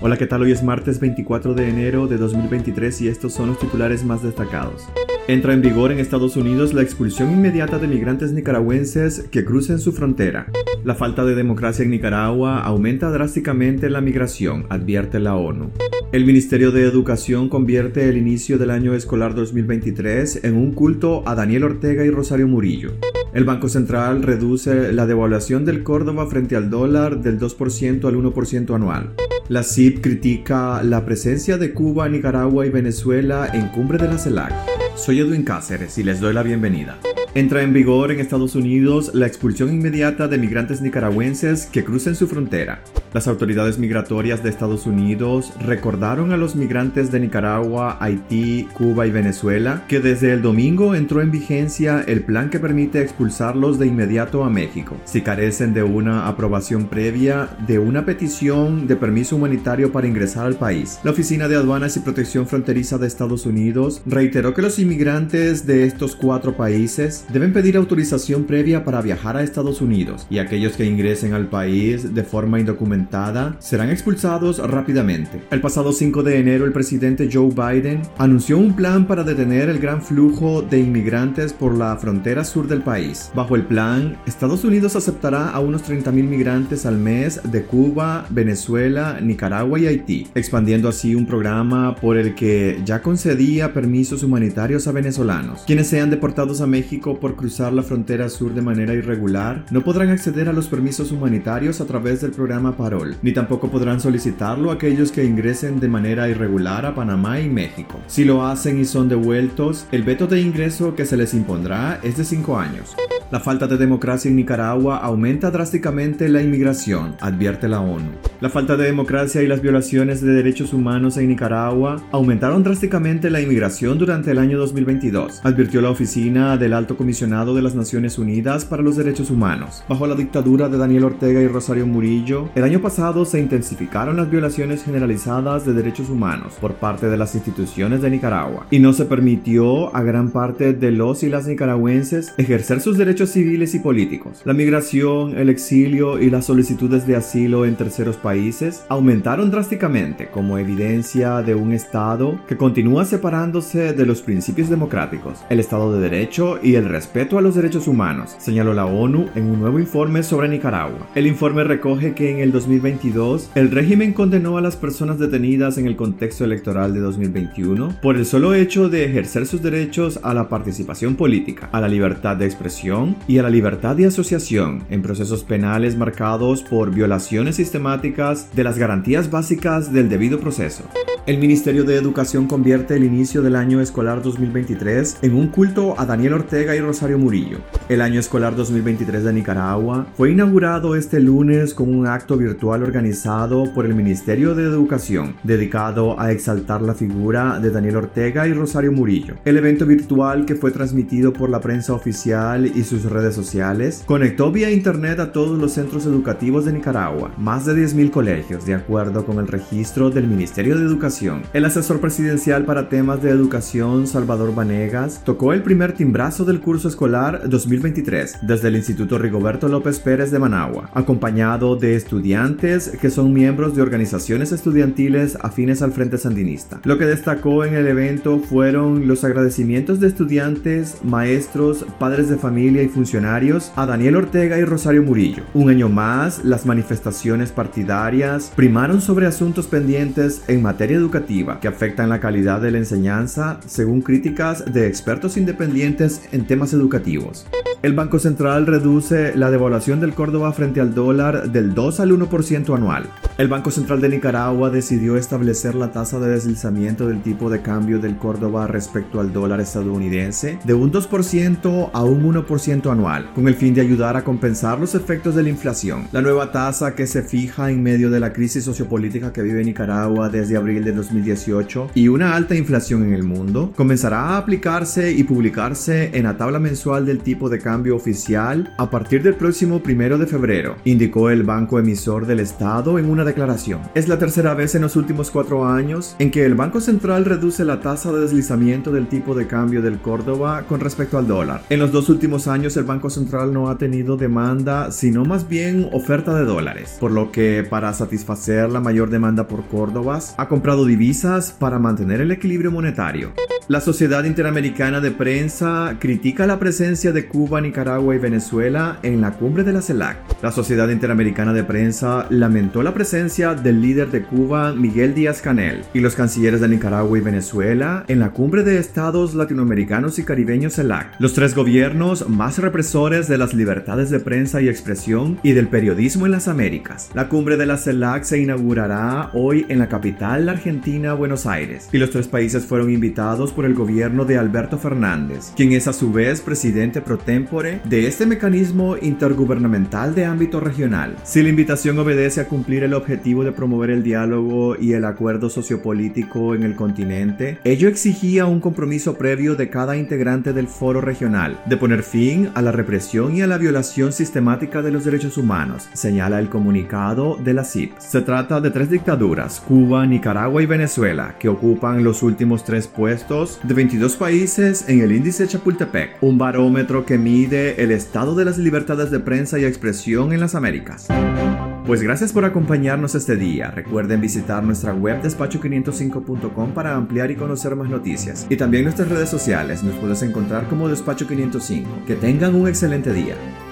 Hola, ¿qué tal? Hoy es martes 24 de enero de 2023 y estos son los titulares más destacados. Entra en vigor en Estados Unidos la expulsión inmediata de migrantes nicaragüenses que crucen su frontera. La falta de democracia en Nicaragua aumenta drásticamente la migración, advierte la ONU. El Ministerio de Educación convierte el inicio del año escolar 2023 en un culto a Daniel Ortega y Rosario Murillo. El Banco Central reduce la devaluación del Córdoba frente al dólar del 2% al 1% anual. La CIP critica la presencia de Cuba, Nicaragua y Venezuela en cumbre de la CELAC. Soy Edwin Cáceres y les doy la bienvenida. Entra en vigor en Estados Unidos la expulsión inmediata de migrantes nicaragüenses que crucen su frontera. Las autoridades migratorias de Estados Unidos recordaron a los migrantes de Nicaragua, Haití, Cuba y Venezuela que desde el domingo entró en vigencia el plan que permite expulsarlos de inmediato a México, si carecen de una aprobación previa de una petición de permiso humanitario para ingresar al país. La Oficina de Aduanas y Protección Fronteriza de Estados Unidos reiteró que los inmigrantes de estos 4 países deben pedir autorización previa para viajar a Estados Unidos y aquellos que ingresen al país de forma indocumentada serán expulsados rápidamente. El pasado 5 de enero el presidente Joe Biden anunció un plan para detener el gran flujo de inmigrantes por la frontera sur del país. Bajo el plan, Estados Unidos aceptará a unos 30,000 migrantes al mes de Cuba, Venezuela, Nicaragua y Haití, expandiendo así un programa por el que ya concedía permisos humanitarios a venezolanos. Quienes sean deportados a México por cruzar la frontera sur de manera irregular no podrán acceder a los permisos humanitarios a través del programa Parol, ni tampoco podrán solicitarlo aquellos que ingresen de manera irregular a Panamá y México. Si lo hacen y son devueltos, el veto de ingreso que se les impondrá es de 5 años. La falta de democracia en Nicaragua aumenta drásticamente la inmigración, advierte la ONU. La falta de democracia y las violaciones de derechos humanos en Nicaragua aumentaron drásticamente la inmigración durante el año 2022, advirtió la Oficina del Alto Comisionado de las Naciones Unidas para los Derechos Humanos. Bajo la dictadura de Daniel Ortega y Rosario Murillo, el año pasado se intensificaron las violaciones generalizadas de derechos humanos por parte de las instituciones de Nicaragua y no se permitió a gran parte de los y las nicaragüenses ejercer sus derechos civiles y políticos. La migración, el exilio y las solicitudes de asilo en terceros países aumentaron drásticamente como evidencia de un Estado que continúa separándose de los principios democráticos, el Estado de Derecho y el respeto a los derechos humanos, señaló la ONU en un nuevo informe sobre Nicaragua. El informe recoge que en el 2022 el régimen condenó a las personas detenidas en el contexto electoral de 2021 por el solo hecho de ejercer sus derechos a la participación política, a la libertad de expresión y a la libertad de asociación en procesos penales marcados por violaciones sistemáticas de las garantías básicas del debido proceso. El Ministerio de Educación convierte el inicio del año escolar 2023 en un culto a Daniel Ortega y Rosario Murillo. El año escolar 2023 de Nicaragua fue inaugurado este lunes con un acto virtual organizado por el Ministerio de Educación, dedicado a exaltar la figura de Daniel Ortega y Rosario Murillo. El evento virtual, que fue transmitido por la prensa oficial y sus redes sociales, conectó vía internet a todos los centros educativos de Nicaragua, más de 10,000 colegios, de acuerdo con el registro del Ministerio de Educación. El asesor presidencial para temas de educación, Salvador Vanegas, tocó el primer timbrazo del curso escolar 2023 desde el Instituto Rigoberto López Pérez de Managua, acompañado de estudiantes que son miembros de organizaciones estudiantiles afines al Frente Sandinista. Lo que destacó en el evento fueron los agradecimientos de estudiantes, maestros, padres de familia y funcionarios a Daniel Ortega y Rosario Murillo. Un año más, las manifestaciones partidarias primaron sobre asuntos pendientes en materia educativa que afectan la calidad de la enseñanza, según críticas de expertos independientes en temas educativos. El Banco Central reduce la devaluación del Córdoba frente al dólar del 2 al 1% anual. El Banco Central de Nicaragua decidió establecer la tasa de deslizamiento del tipo de cambio del Córdoba respecto al dólar estadounidense de un 2% a un 1% anual, con el fin de ayudar a compensar los efectos de la inflación. La nueva tasa, que se fija en medio de la crisis sociopolítica que vive Nicaragua desde abril de 2018 y una alta inflación en el mundo, comenzará a aplicarse y publicarse en la tabla mensual del tipo de cambio oficial a partir del próximo 1 de febrero, indicó el banco emisor Interior del Estado en una declaración. Es la tercera vez en los últimos 4 años en que el Banco Central reduce la tasa de deslizamiento del tipo de cambio del Córdoba con respecto al dólar. En los 2 últimos años el Banco Central no ha tenido demanda, sino más bien oferta de dólares, por lo que para satisfacer la mayor demanda por Córdobas, ha comprado divisas para mantener el equilibrio monetario. La Sociedad Interamericana de Prensa critica la presencia de Cuba, Nicaragua y Venezuela en la cumbre de la CELAC. La Sociedad Interamericana de Prensa lamentó la presencia del líder de Cuba, Miguel Díaz-Canel, y los cancilleres de Nicaragua y Venezuela en la cumbre de estados latinoamericanos y caribeños CELAC, los 3 gobiernos más represores de las libertades de prensa y expresión y del periodismo en las Américas. La cumbre de la CELAC se inaugurará hoy en la capital argentina, Buenos Aires, y los 3 países fueron invitados por el gobierno de Alberto Fernández, quien es a su vez presidente pro tempore de este mecanismo intergubernamental de ámbito regional. Si la invitación obedece a cumplir el objetivo de promover el diálogo y el acuerdo sociopolítico en el continente, ello exigía un compromiso previo de cada integrante del foro regional de poner fin a la represión y a la violación sistemática de los derechos humanos, señala el comunicado de la CIP. Se trata de 3 dictaduras, Cuba, Nicaragua y Venezuela, que ocupan los últimos 3 puestos de 22 países en el índice Chapultepec, un barómetro que mide el estado de las libertades de prensa y expresión en las Américas. Pues gracias por acompañarnos este día. Recuerden visitar nuestra web despacho505.com para ampliar y conocer más noticias. Y también nuestras redes sociales. Nos puedes encontrar como Despacho 505. Que tengan un excelente día.